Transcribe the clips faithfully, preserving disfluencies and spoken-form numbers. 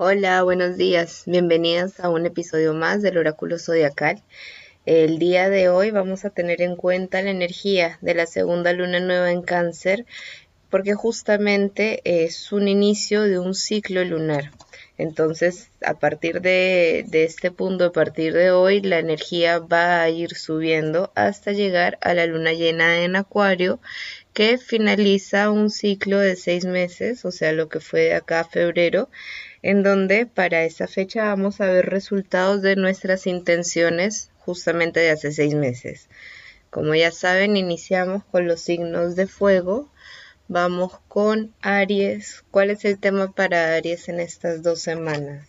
Hola, buenos días. Bienvenidas a un episodio más del Oráculo Zodiacal. El día de hoy vamos a tener en cuenta la energía de la segunda luna nueva en Cáncer, porque justamente es un inicio de un ciclo lunar. Entonces, a partir de, de este punto, a partir de hoy, la energía va a ir subiendo hasta llegar a la luna llena en Acuario, que finaliza un ciclo de seis meses, o sea, lo que fue de acá a febrero, en donde para esa fecha vamos a ver resultados de nuestras intenciones justamente de hace seis meses. Como ya saben, iniciamos con los signos de fuego. Vamos con Aries. ¿Cuál es el tema para Aries en estas dos semanas?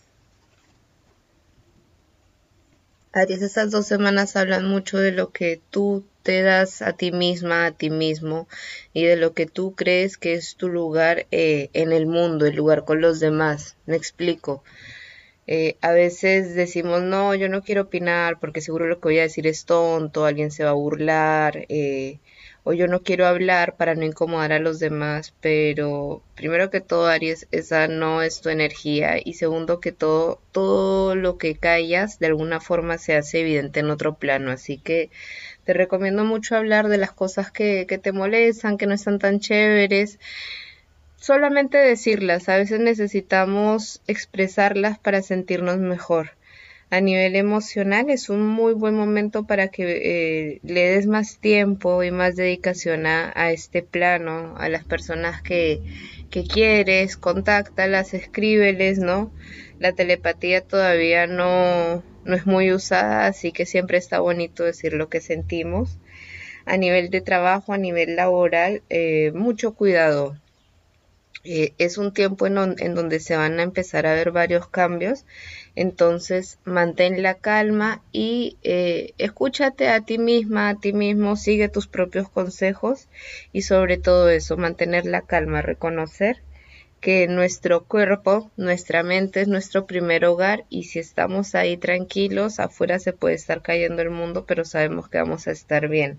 Aries, estas dos semanas hablan mucho de lo que tú te das a ti misma, a ti mismo, y de lo que tú crees que es tu lugar eh, en el mundo, el lugar con los demás. Me explico. Eh, a veces decimos, no, yo no quiero opinar porque seguro lo que voy a decir es tonto, alguien se va a burlar, eh, o yo no quiero hablar para no incomodar a los demás, pero primero que todo, Aries, esa no es tu energía, y segundo que todo, todo lo que callas de alguna forma se hace evidente en otro plano, así que te recomiendo mucho hablar de las cosas que, que te molestan, que no están tan chéveres. Solamente decirlas, a veces necesitamos expresarlas para sentirnos mejor. A nivel emocional es un muy buen momento para que eh, le des más tiempo y más dedicación a, a este plano, a las personas que, que quieres, contáctalas, escríbeles, ¿no? La telepatía todavía no, no es muy usada, así que siempre está bonito decir lo que sentimos. A nivel de trabajo, a nivel laboral, eh, mucho cuidado. Eh, es un tiempo en, on- en donde se van a empezar a ver varios cambios, entonces mantén la calma y eh, escúchate a ti misma, a ti mismo, sigue tus propios consejos y sobre todo eso, mantener la calma, reconocer que nuestro cuerpo, nuestra mente es nuestro primer hogar y si estamos ahí tranquilos, afuera se puede estar cayendo el mundo, pero sabemos que vamos a estar bien.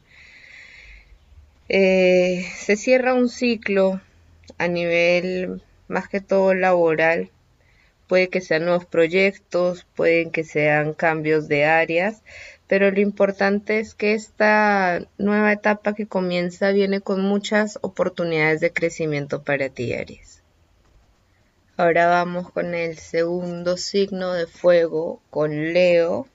Eh, se cierra un ciclo a nivel más que todo laboral. Puede que sean nuevos proyectos, pueden que sean cambios de áreas, pero lo importante es que esta nueva etapa que comienza viene con muchas oportunidades de crecimiento para ti, Aries. Ahora vamos con el segundo signo de fuego, con Leo.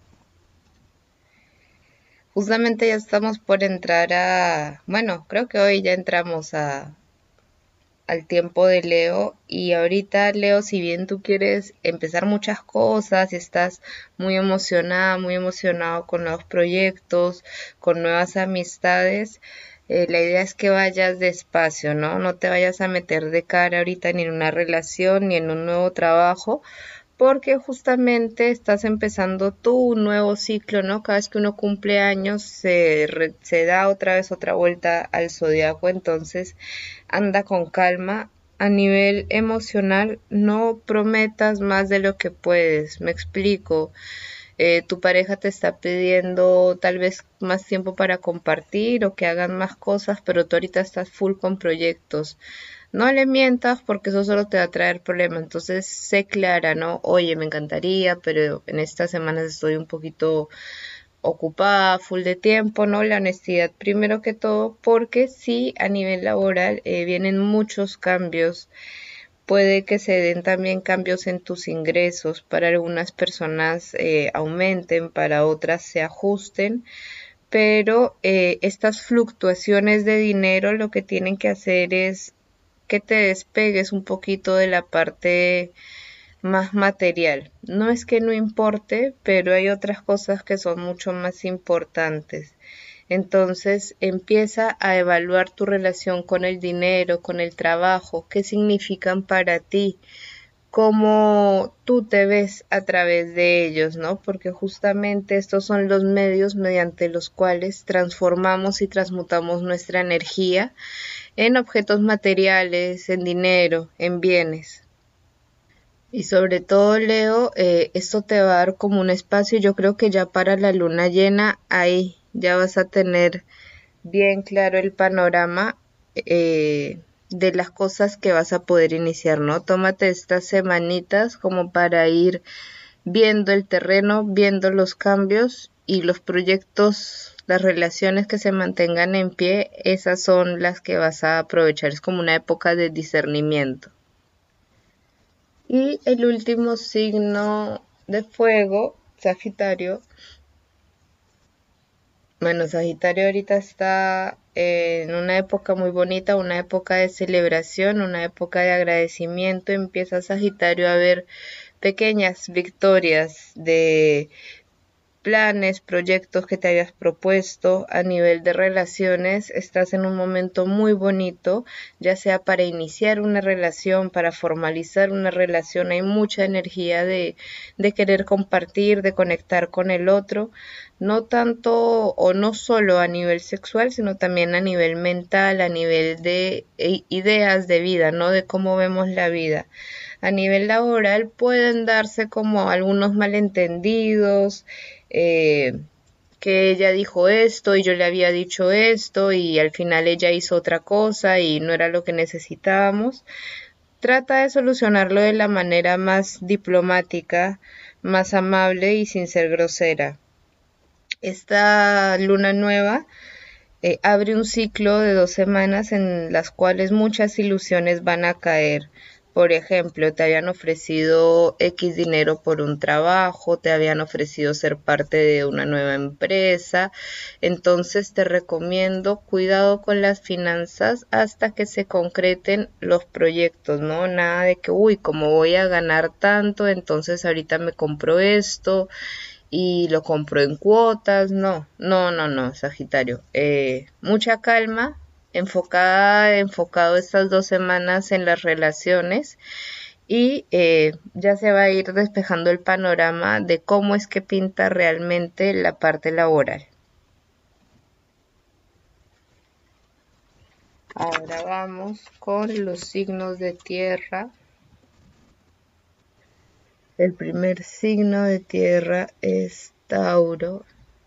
Justamente ya estamos por entrar a, bueno, creo que hoy ya entramos a, al tiempo de Leo y ahorita Leo, si bien tú quieres empezar muchas cosas y estás muy emocionada, muy emocionado con nuevos proyectos, con nuevas amistades, eh, la idea es que vayas despacio, ¿no? No te vayas a meter de cara ahorita ni en una relación ni en un nuevo trabajo, porque justamente estás empezando tu nuevo ciclo, ¿no? Cada vez que uno cumple años se, re- se da otra vez otra vuelta al zodiaco, entonces anda con calma. A nivel emocional, no prometas más de lo que puedes, me explico. Eh, tu pareja te está pidiendo tal vez más tiempo para compartir o que hagan más cosas, pero tú ahorita estás full con proyectos. No le mientas porque eso solo te va a traer problemas. Entonces, sé clara, ¿no? Oye, me encantaría, pero en estas semanas estoy un poquito ocupada, full de tiempo, ¿no? La honestidad primero que todo, porque sí, a nivel laboral eh, vienen muchos cambios. Puede que se den también cambios en tus ingresos. Para algunas personas eh, aumenten, para otras se ajusten, pero eh, estas fluctuaciones de dinero lo que tienen que hacer es que te despegues un poquito de la parte más material. No es que no importe, pero hay otras cosas que son mucho más importantes. Entonces empieza a evaluar tu relación con el dinero, con el trabajo, qué significan para ti, cómo tú te ves a través de ellos, ¿no? Porque justamente estos son los medios mediante los cuales transformamos y transmutamos nuestra energía en objetos materiales, en dinero, en bienes. Y sobre todo, Leo, eh, esto te va a dar como un espacio. Yo creo que ya para la luna llena, ahí ya vas a tener bien claro el panorama. Eh, de las cosas que vas a poder iniciar, ¿no? Tómate estas semanitas como para ir viendo el terreno, viendo los cambios y los proyectos, las relaciones que se mantengan en pie, esas son las que vas a aprovechar. Es como una época de discernimiento. Y el último signo de fuego, Sagitario. Bueno, Sagitario ahorita está en una época muy bonita, una época de celebración, una época de agradecimiento. Empieza Sagitario a ver pequeñas victorias de planes, proyectos que te hayas propuesto a nivel de relaciones. Estás en un momento muy bonito, ya sea para iniciar una relación, para formalizar una relación. Hay mucha energía de, de querer compartir, de conectar con el otro, no tanto o no solo a nivel sexual, sino también a nivel mental, a nivel de eh, ideas de vida, ¿no? De cómo vemos la vida. A nivel laboral pueden darse como algunos malentendidos, eh, que ella dijo esto y yo le había dicho esto y al final ella hizo otra cosa y no era lo que necesitábamos. Trata de solucionarlo de la manera más diplomática, más amable y sin ser grosera. Esta luna nueva eh, abre un ciclo de dos semanas en las cuales muchas ilusiones van a caer. Por ejemplo, te habían ofrecido X dinero por un trabajo, te habían ofrecido ser parte de una nueva empresa. Entonces te recomiendo cuidado con las finanzas hasta que se concreten los proyectos, ¿no? Nada de que, uy, como voy a ganar tanto, entonces ahorita me compro esto y lo compro en cuotas. No, no, no, no, Sagitario. Eh, mucha calma, enfocada, enfocado estas dos semanas en las relaciones y eh, ya se va a ir despejando el panorama de cómo es que pinta realmente la parte laboral. Ahora vamos con los signos de tierra. El primer signo de tierra es Tauro.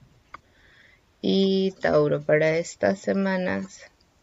Y Tauro, para estas semanas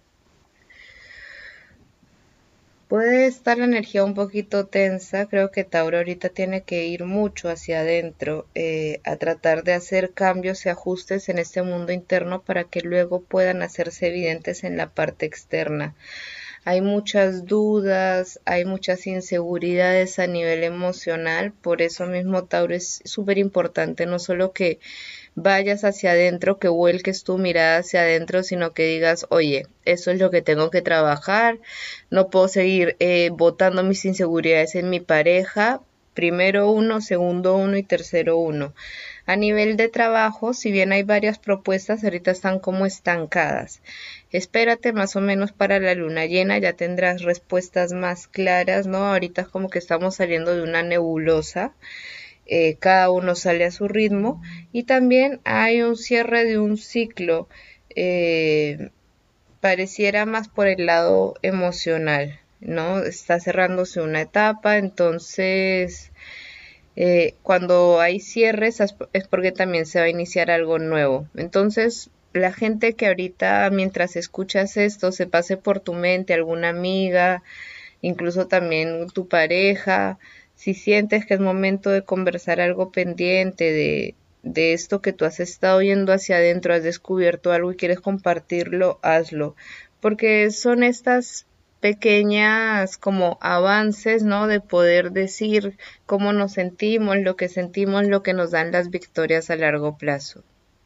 puede estar la energía un poquito tensa. Creo que Tauro ahorita tiene que ir mucho hacia adentro, eh, a tratar de hacer cambios y ajustes en este mundo interno para que luego puedan hacerse evidentes en la parte externa. Hay muchas dudas, hay muchas inseguridades a nivel emocional, por eso mismo Tauro es súper importante, no solo que vayas hacia adentro, que vuelques tu mirada hacia adentro, sino que digas, oye, eso es lo que tengo que trabajar, no puedo seguir eh, botando mis inseguridades en mi pareja, primero uno, segundo uno y tercero uno. A nivel de trabajo, si bien hay varias propuestas, ahorita están como estancadas. Espérate más o menos para la luna llena, ya tendrás respuestas más claras, ¿no? Ahorita es como que estamos saliendo de una nebulosa. Eh, cada uno sale a su ritmo y también hay un cierre de un ciclo, eh, pareciera más por el lado emocional, ¿no? Está cerrándose una etapa, entonces eh, cuando hay cierres es porque también se va a iniciar algo nuevo. Entonces la gente que ahorita mientras escuchas esto se pase por tu mente, alguna amiga, incluso también tu pareja, si sientes que es momento de conversar algo pendiente de, de esto que tú has estado yendo hacia adentro, has descubierto algo y quieres compartirlo, hazlo. Porque son estas pequeñas como avances, ¿no? De poder decir cómo nos sentimos, lo que sentimos, lo que nos dan las victorias a largo plazo.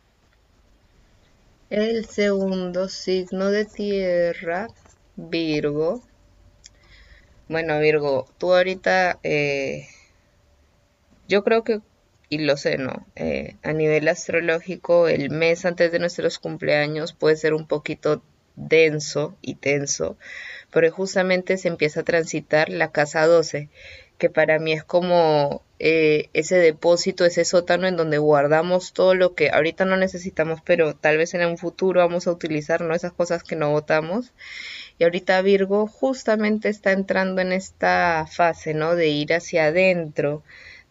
El segundo signo de tierra, Virgo. Bueno, Virgo, tú ahorita, eh, yo creo que, y lo sé, ¿no? Eh, a nivel astrológico, el mes antes de nuestros cumpleaños puede ser un poquito denso y tenso, porque justamente se empieza a transitar la casa doce, que para mí es como eh, ese depósito, ese sótano en donde guardamos todo lo que ahorita no necesitamos, pero tal vez en un futuro vamos a utilizar, ¿no? Esas cosas que no botamos. Y ahorita Virgo justamente está entrando en esta fase, ¿no? De ir hacia adentro,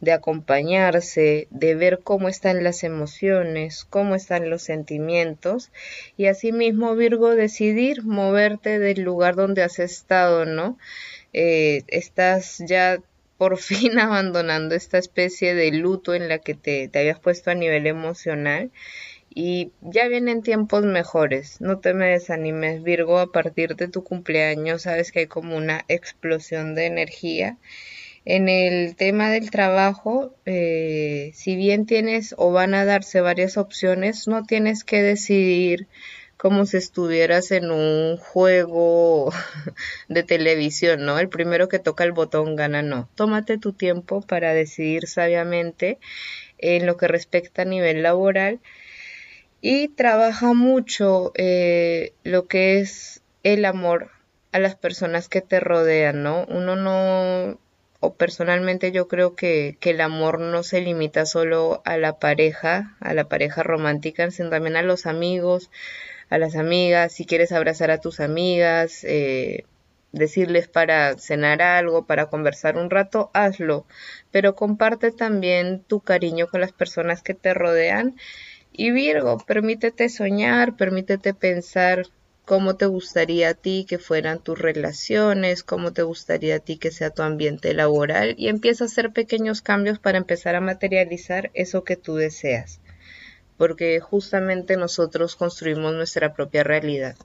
de acompañarse, de ver cómo están las emociones, cómo están los sentimientos y asimismo Virgo decidir moverte del lugar donde has estado, ¿no? Eh, estás ya por fin abandonando esta especie de luto en la que te, te habías puesto a nivel emocional y ya vienen tiempos mejores. No te me desanimes, Virgo, a partir de tu cumpleaños sabes que hay como una explosión de energía. En el tema del trabajo, eh, si bien tienes o van a darse varias opciones, no tienes que decidir como si estuvieras en un juego de televisión, ¿no? El primero que toca el botón gana, no. Tómate tu tiempo para decidir sabiamente en lo que respecta a nivel laboral y trabaja mucho eh, lo que es el amor a las personas que te rodean, ¿no? Uno no, o personalmente yo creo que, que el amor no se limita solo a la pareja, a la pareja romántica, sino también a los amigos, a las amigas, si quieres abrazar a tus amigas, eh, decirles para cenar algo, para conversar un rato, hazlo, pero comparte también tu cariño con las personas que te rodean y Virgo, permítete soñar, permítete pensar cómo te gustaría a ti que fueran tus relaciones, cómo te gustaría a ti que sea tu ambiente laboral y empieza a hacer pequeños cambios para empezar a materializar eso que tú deseas, porque justamente nosotros construimos nuestra propia realidad.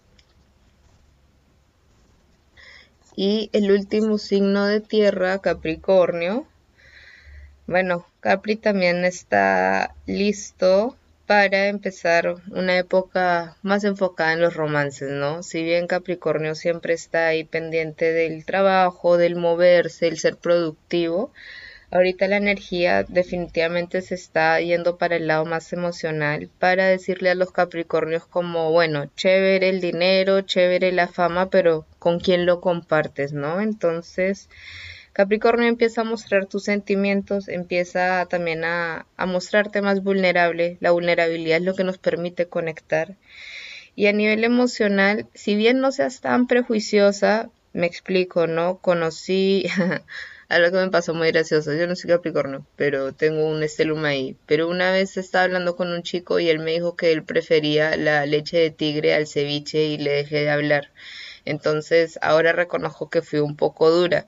Y el último signo de tierra, Capricornio. Bueno, Capri también está listo para empezar una época más enfocada en los romances, ¿no? Si bien Capricornio siempre está ahí pendiente del trabajo, del moverse, el ser productivo, ahorita la energía definitivamente se está yendo para el lado más emocional, para decirle a los Capricornios como, bueno, chévere el dinero, chévere la fama, pero ¿con quién lo compartes, no? Entonces Capricornio empieza a mostrar tus sentimientos, empieza también a, a mostrarte más vulnerable. La vulnerabilidad es lo que nos permite conectar. Y a nivel emocional, si bien no seas tan prejuiciosa, me explico, ¿no? Conocí algo que me pasó muy gracioso. Yo no soy Capricornio, pero tengo un estelum ahí. Pero una vez estaba hablando con un chico y él me dijo que él prefería la leche de tigre al ceviche y le dejé de hablar. Entonces ahora reconozco que fui un poco dura.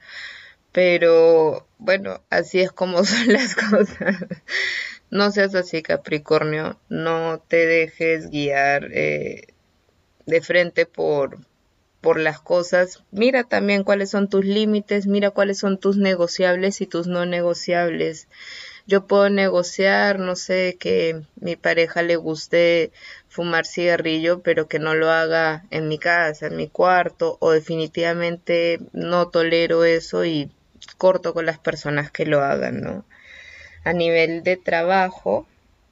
Pero bueno, así es como son las cosas. No seas así, Capricornio. No te dejes guiar eh, de frente por, por las cosas. Mira también cuáles son tus límites, mira cuáles son tus negociables y tus no negociables. Yo puedo negociar, no sé, que mi pareja le guste fumar cigarrillo, pero que no lo haga en mi casa, en mi cuarto, o definitivamente no tolero eso y corto con las personas que lo hagan, ¿no? A nivel de trabajo,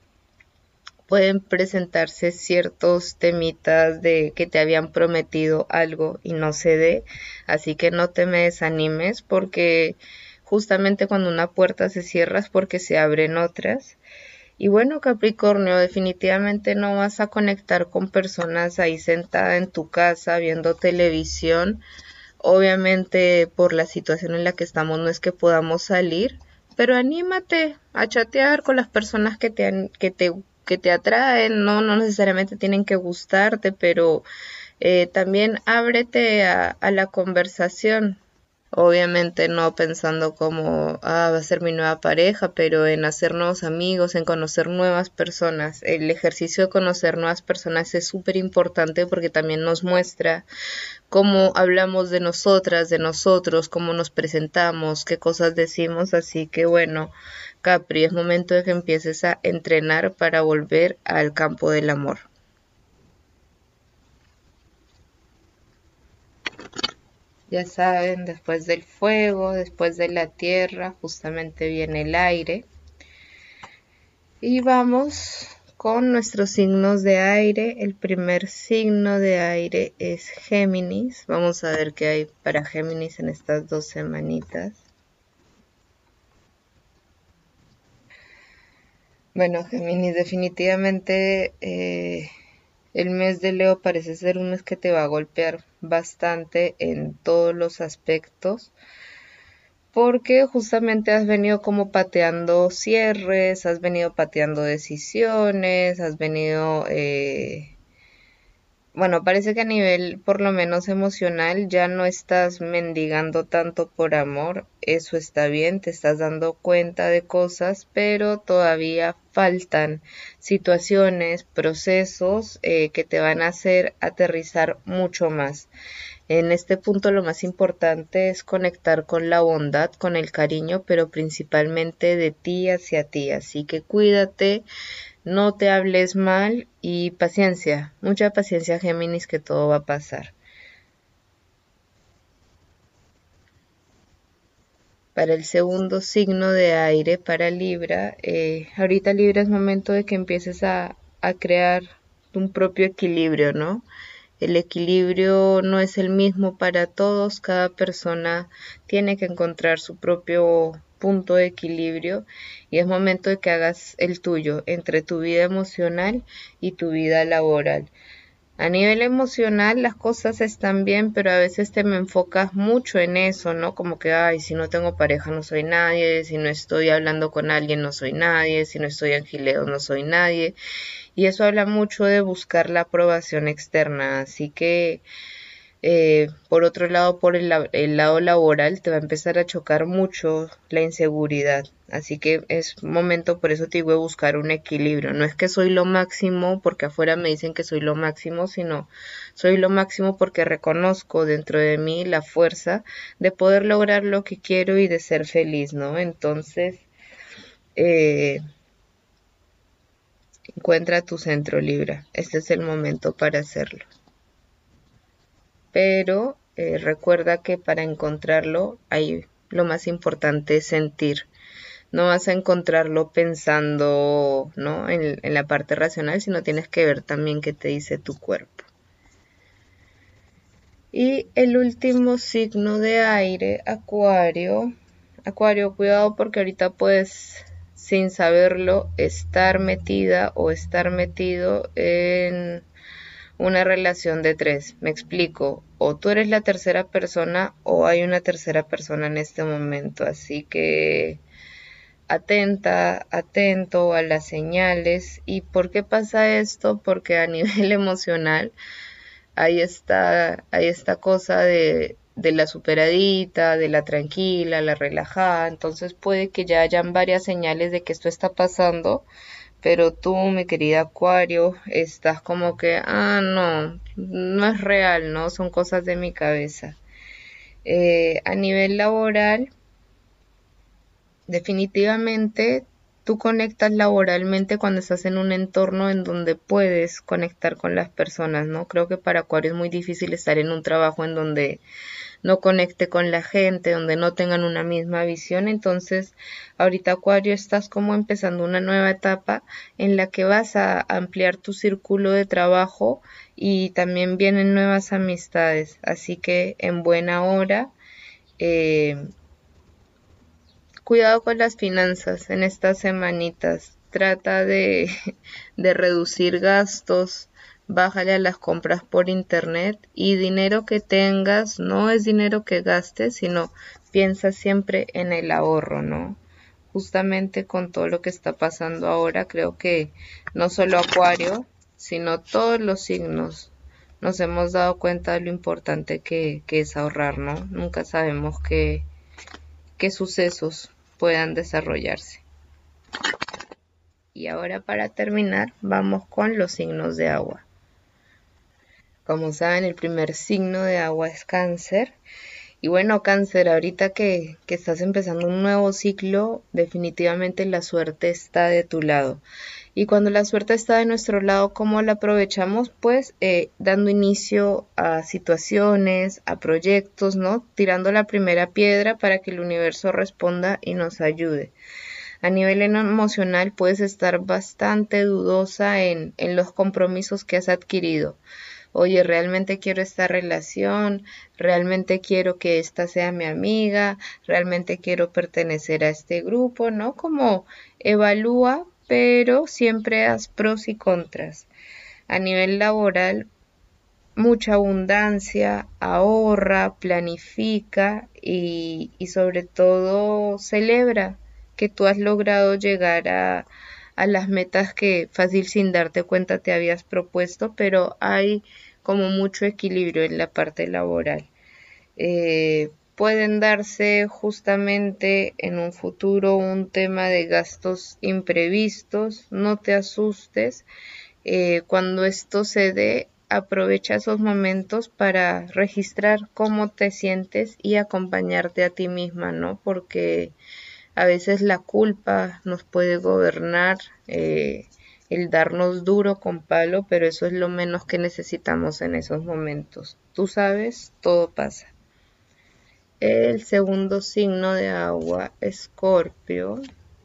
pueden presentarse ciertos temitas de que te habían prometido algo y no se dé, así que no te me desanimes porque justamente cuando una puerta se cierra es porque se abren otras. Y bueno, Capricornio, definitivamente no vas a conectar con personas ahí sentada en tu casa viendo televisión. Obviamente por la situación en la que estamos no es que podamos salir, pero anímate a chatear con las personas que te, que te, que te atraen, no, no necesariamente tienen que gustarte, pero eh, también ábrete a, a la conversación. Obviamente no pensando como, ah, va a ser mi nueva pareja, pero en hacer nuevos amigos, en conocer nuevas personas. El ejercicio de conocer nuevas personas es súper importante porque también nos muestra cómo hablamos de nosotras, de nosotros, cómo nos presentamos, qué cosas decimos. Así que bueno, Capri, es momento de que empieces a entrenar para volver al campo del amor. Ya saben, después del fuego, después de la tierra, justamente viene el aire. Y vamos con nuestros signos de aire. El primer signo de aire es Géminis. Vamos a ver qué hay para Géminis en estas dos semanitas. Bueno, Géminis, definitivamente eh, el mes de Leo parece ser un mes que te va a golpear bastante en todos los aspectos, porque justamente has venido como pateando cierres, has venido pateando decisiones, has venido, eh, bueno, parece que a nivel por lo menos emocional ya no estás mendigando tanto por amor, eso está bien, te estás dando cuenta de cosas, pero todavía faltan situaciones, procesos eh, que te van a hacer aterrizar mucho más. En este punto lo más importante es conectar con la bondad, con el cariño, pero principalmente de ti hacia ti. Así que cuídate, no te hables mal y paciencia, mucha paciencia, Géminis, que todo va a pasar. Para el segundo signo de aire, para Libra, eh, ahorita Libra es momento de que empieces a, a crear un propio equilibrio, ¿no? El equilibrio no es el mismo para todos, cada persona tiene que encontrar su propio punto de equilibrio y es momento de que hagas el tuyo entre tu vida emocional y tu vida laboral. A nivel emocional las cosas están bien, pero a veces te me enfocas mucho en eso, ¿no? Como que, ay, si no tengo pareja no soy nadie, si no estoy hablando con alguien no soy nadie, si no estoy en gileo no soy nadie. Y eso habla mucho de buscar la aprobación externa. Así que, eh, por otro lado, por el, la- el lado laboral, te va a empezar a chocar mucho la inseguridad. Así que es momento, por eso te digo, de buscar un equilibrio. No es que soy lo máximo porque afuera me dicen que soy lo máximo, sino soy lo máximo porque reconozco dentro de mí la fuerza de poder lograr lo que quiero y de ser feliz, ¿no? Entonces, eh, encuentra tu centro, Libra. Este es el momento para hacerlo. Pero eh, recuerda que para encontrarlo hay lo más importante es sentir. No vas a encontrarlo pensando, ¿no? en, en la parte racional, sino tienes que ver también qué te dice tu cuerpo. Y el último signo de aire, Acuario. Acuario, cuidado porque ahorita puedes, sin saberlo, estar metida o estar metido en una relación de tres. Me explico. O tú eres la tercera persona o hay una tercera persona en este momento. Así que atenta, atento a las señales. ¿Y por qué pasa esto? Porque a nivel emocional hay esta, hay esta cosa de, de la superadita, de la tranquila, la relajada. Entonces puede que ya hayan varias señales de que esto está pasando, pero tú, mi querida Acuario, estás como que, ah, no, no es real, ¿no? Son cosas de mi cabeza. Eh, a nivel laboral, definitivamente tú conectas laboralmente cuando estás en un entorno en donde puedes conectar con las personas, ¿no? Creo que para Acuario es muy difícil estar en un trabajo en donde no conecte con la gente, donde no tengan una misma visión. Entonces, ahorita Acuario estás como empezando una nueva etapa en la que vas a ampliar tu círculo de trabajo y también vienen nuevas amistades. Así que en buena hora, eh, cuidado con las finanzas en estas semanitas. Trata de, de reducir gastos, bájale a las compras por internet y dinero que tengas no es dinero que gastes, sino piensa siempre en el ahorro, ¿no? Justamente con todo lo que está pasando ahora, creo que no solo Acuario, sino todos los signos nos hemos dado cuenta de lo importante que, que es ahorrar, ¿no? Nunca sabemos qué, qué sucesos puedan desarrollarse. Y ahora para terminar, vamos con los signos de agua. Como saben, el primer signo de agua es Cáncer. Y bueno, Cáncer, ahorita que, que estás empezando un nuevo ciclo, definitivamente la suerte está de tu lado. Y cuando la suerte está de nuestro lado, ¿cómo la aprovechamos? Pues eh, dando inicio a situaciones, a proyectos, ¿no? Tirando la primera piedra para que el universo responda y nos ayude. A nivel emocional puedes estar bastante dudosa en, en los compromisos que has adquirido. Oye, realmente quiero esta relación, realmente quiero que esta sea mi amiga, realmente quiero pertenecer a este grupo, ¿no? Como evalúa, pero siempre haz pros y contras. A nivel laboral, mucha abundancia, ahorra, planifica y, y sobre todo celebra que tú has logrado llegar a, a las metas que fácil sin darte cuenta te habías propuesto, pero hay como mucho equilibrio en la parte laboral. Eh, pueden darse justamente en un futuro un tema de gastos imprevistos, no te asustes. Eh, cuando esto se dé, aprovecha esos momentos para registrar cómo te sientes y acompañarte a ti misma, ¿no? Porque a veces la culpa nos puede gobernar, eh, el darnos duro con palo, pero eso es lo menos que necesitamos en esos momentos. Tú sabes, todo pasa. El segundo signo de agua, Escorpio.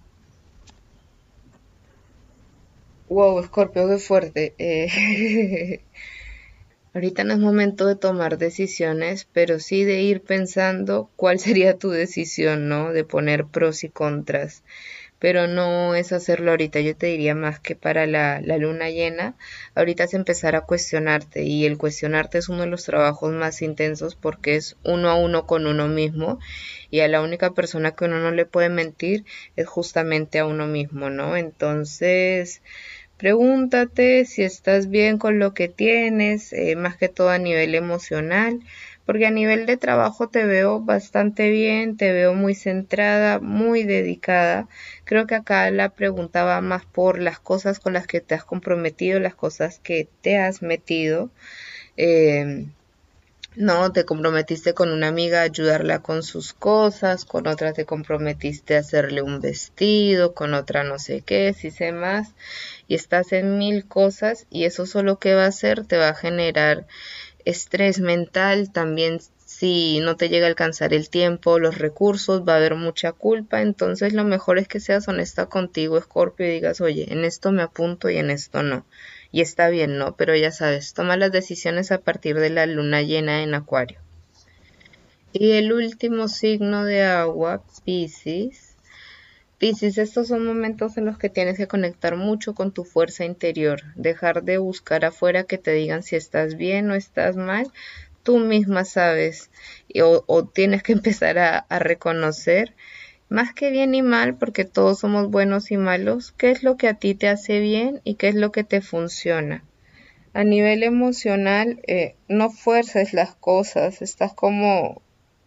Wow, Escorpio, qué fuerte. Eh, ahorita no es momento de tomar decisiones, pero sí de ir pensando cuál sería tu decisión, ¿no? De poner pros y contras. Pero no es hacerlo ahorita, yo te diría más que para la, la luna llena, ahorita es empezar a cuestionarte y el cuestionarte es uno de los trabajos más intensos porque es uno a uno con uno mismo y a la única persona que uno no le puede mentir es justamente a uno mismo, ¿no? Entonces, pregúntate si estás bien con lo que tienes, eh, más que todo a nivel emocional, porque a nivel de trabajo te veo bastante bien, te veo muy centrada, muy dedicada. Creo que acá la pregunta va más por las cosas con las que te has comprometido, las cosas que te has metido. Eh, no, te comprometiste con una amiga a ayudarla con sus cosas, con otra te comprometiste a hacerle un vestido, con otra no sé qué, si sé más, y estás en mil cosas y eso solo que va a hacer te va a generar estrés mental, también si no te llega a alcanzar el tiempo, los recursos, va a haber mucha culpa, entonces lo mejor es que seas honesta contigo, Scorpio, y digas, oye, en esto me apunto y en esto no. Y está bien, ¿no? Pero ya sabes, toma las decisiones a partir de la luna llena en Acuario. Y el último signo de agua, Piscis. Piscis, estos son momentos en los que tienes que conectar mucho con tu fuerza interior, dejar de buscar afuera que te digan si estás bien o estás mal, tú misma sabes y- o, o tienes que empezar a, a reconocer, más que bien y mal, porque todos somos buenos y malos, qué es lo que a ti te hace bien y qué es lo que te funciona. A nivel emocional, eh, no fuerces las cosas, estás como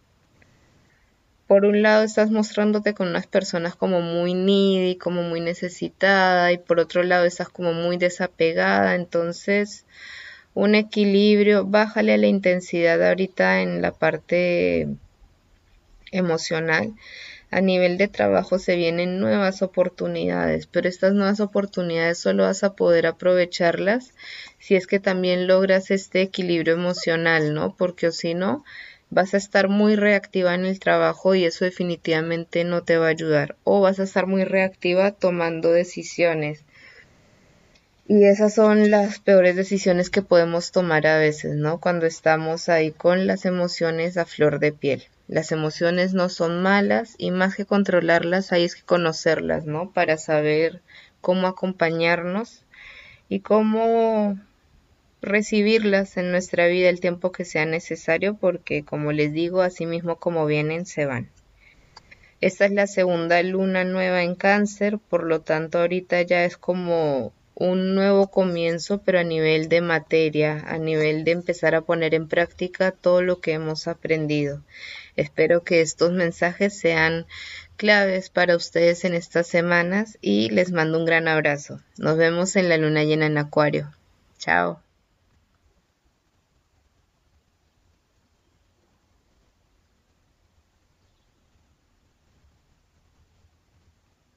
por un lado estás mostrándote con unas personas como muy needy, como muy necesitada, y por otro lado estás como muy desapegada, entonces un equilibrio, bájale a la intensidad ahorita en la parte emocional. A nivel de trabajo se vienen nuevas oportunidades, pero estas nuevas oportunidades solo vas a poder aprovecharlas si es que también logras este equilibrio emocional, ¿no? Porque o si no, vas a estar muy reactiva en el trabajo y eso definitivamente no te va a ayudar. O vas a estar muy reactiva tomando decisiones. Y esas son las peores decisiones que podemos tomar a veces, ¿no? Cuando estamos ahí con las emociones a flor de piel. Las emociones no son malas y más que controlarlas, hay es que conocerlas, ¿no? Para saber cómo acompañarnos y cómo recibirlas en nuestra vida el tiempo que sea necesario, porque como les digo, así mismo como vienen, se van. Esta es la segunda luna nueva en Cáncer, por lo tanto ahorita ya es como un nuevo comienzo, pero a nivel de materia, a nivel de empezar a poner en práctica todo lo que hemos aprendido. Espero que estos mensajes sean claves para ustedes en estas semanas y les mando un gran abrazo. Nos vemos en la luna llena en Acuario. Chao.